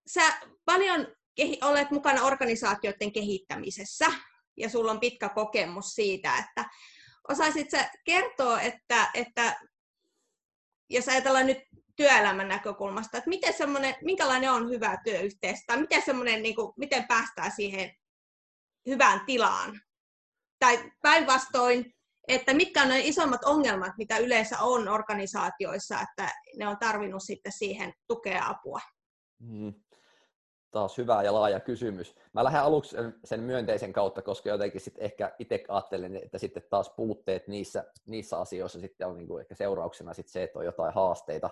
sä paljon olet mukana organisaatioiden kehittämisessä ja sulla on pitkä kokemus siitä, että osaisit sä kertoa, että jos ajatellaan nyt työelämän näkökulmasta, että minkälainen on hyvä työyhteisö tai miten päästään siihen hyvään tilaan? Tai päinvastoin, että mitkä on ne isommat ongelmat, mitä yleensä on organisaatioissa, että ne on tarvinnut sitten siihen tukea apua? Taas hyvä ja laaja kysymys. Mä lähden aluksi sen myönteisen kautta, koska jotenkin sitten ehkä itse ajattelen, että sitten taas puutteet niissä asioissa sitten on niinku ehkä seurauksena sitten se, että on jotain haasteita.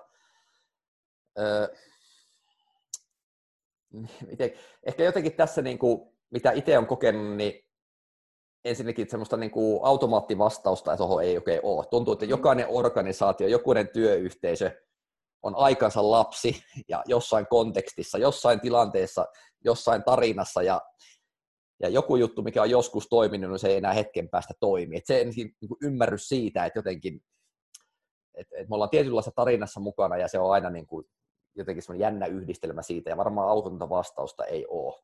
Ehkä jotenkin tässä, niinku, mitä itse on kokenut, niin ensinnäkin semmoista niinku automaattivastausta tuohon ei oikein ole. Tuntuu, että jokainen organisaatio, jokainen työyhteisö on aikansa lapsi ja jossain kontekstissa, jossain tilanteessa, jossain tarinassa ja joku juttu, mikä on joskus toiminut, niin se ei enää hetken päästä toimi. Et se niin ymmärrys siitä, että jotenkin että me ollaan tietynlaisessa tarinassa mukana ja se on aina niin kuin jotenkin semmoinen jännä yhdistelmä siitä ja varmaan autonta vastausta ei ole.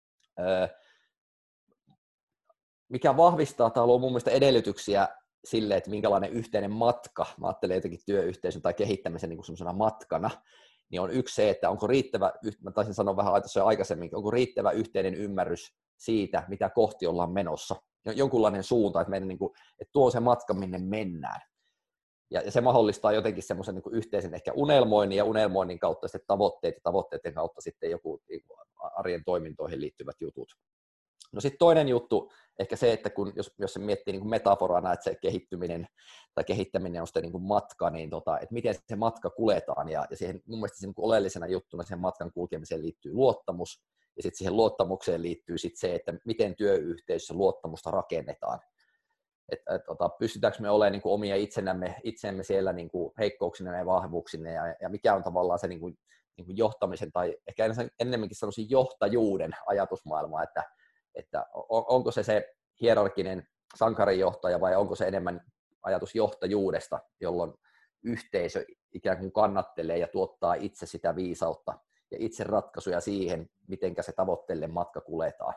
Mikä vahvistaa tai luo mun mielestä edellytyksiä sille, että minkälainen yhteinen matka, mä ajattelen jotenkin työyhteisön tai kehittämisen niin kuin semmoisena matkana, niin on yksi se, että onko riittävä, mä taisin sanoa vähän jo aikaisemmin, onko riittävä yhteinen ymmärrys siitä, mitä kohti ollaan menossa. Jonkunlainen suunta, että, niin kuin, että tuo on se matka, minne mennään. Ja se mahdollistaa jotenkin semmoisen niin kuin yhteisen ehkä unelmoinnin ja unelmoinnin kautta sitten tavoitteet ja tavoitteiden kautta sitten joku niin kuin arjen toimintoihin liittyvät jutut. No sitten toinen juttu, ehkä se, että jos se miettii niin kuin metaforana, että se kehittyminen tai kehittäminen on sitten niin kuin matka, niin että miten se matka kuljetaan. Ja siihen, mun mielestä niin kuin oleellisena juttuna siihen matkan kulkemiseen liittyy luottamus, ja sitten siihen luottamukseen liittyy sitten se, että miten työyhteisössä luottamusta rakennetaan. Pystytäänkö me olemaan niin kuin omia itsemme siellä niin kuin heikkouksina ja vahvuuksina, ja mikä on tavallaan se niin kuin johtamisen, tai ehkä enemmänkin sanoisin johtajuuden ajatusmaailma, että onko se hierarkinen sankarijohtaja vai onko se enemmän ajatus johtajuudesta, jolloin yhteisö ikään kuin kannattelee ja tuottaa itse sitä viisautta ja itse ratkaisuja siihen, miten se tavoitteelle matka kuljetaan.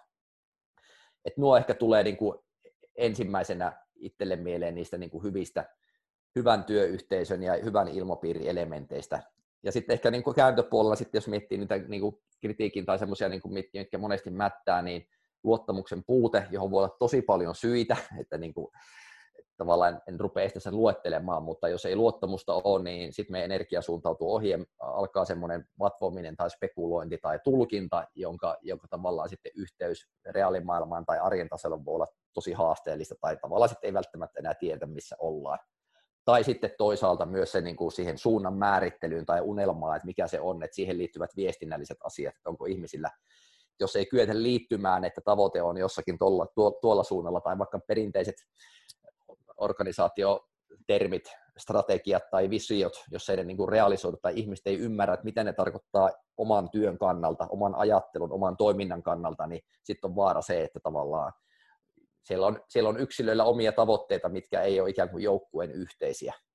Et nuo ehkä tulee niin kuin ensimmäisenä itselle mieleen niistä niin kuin hyvän työyhteisön ja hyvän ilmapiirielementeistä. Ja sitten ehkä niin kuin kääntöpuolella, sitten jos miettii niitä niin kuin kritiikin tai semmoisia, niin kuin, mitkä monesti mättää, niin luottamuksen puute, johon voi olla tosi paljon syitä, että niin kuin, tavallaan en rupea sitä sen luettelemaan, mutta jos ei luottamusta ole, niin sitten meidän energia suuntautuu ohi ja alkaa semmoinen vatvominen tai spekulointi tai tulkinta, jonka tavallaan sitten yhteys reaalimaailmaan tai arjen tasolla voi olla tosi haasteellista tai tavallaan sitten ei välttämättä enää tiedä, missä ollaan. Tai sitten toisaalta myös se niin kuin siihen suunnan määrittelyyn tai unelmaan, että mikä se on, että siihen liittyvät viestinnälliset asiat, että onko ihmisillä, jos ei kyetä liittymään, että tavoite on jossakin tuolla suunnalla tai vaikka perinteiset organisaatiotermit, strategiat tai visiot, jos ei ne niin kuin realisoidu tai ihmiset ei ymmärrä, että mitä ne tarkoittaa oman työn kannalta, oman ajattelun, oman toiminnan kannalta, niin sitten on vaara se, että tavallaan siellä on yksilöillä omia tavoitteita, mitkä ei ole ikään kuin joukkueen yhteisiä.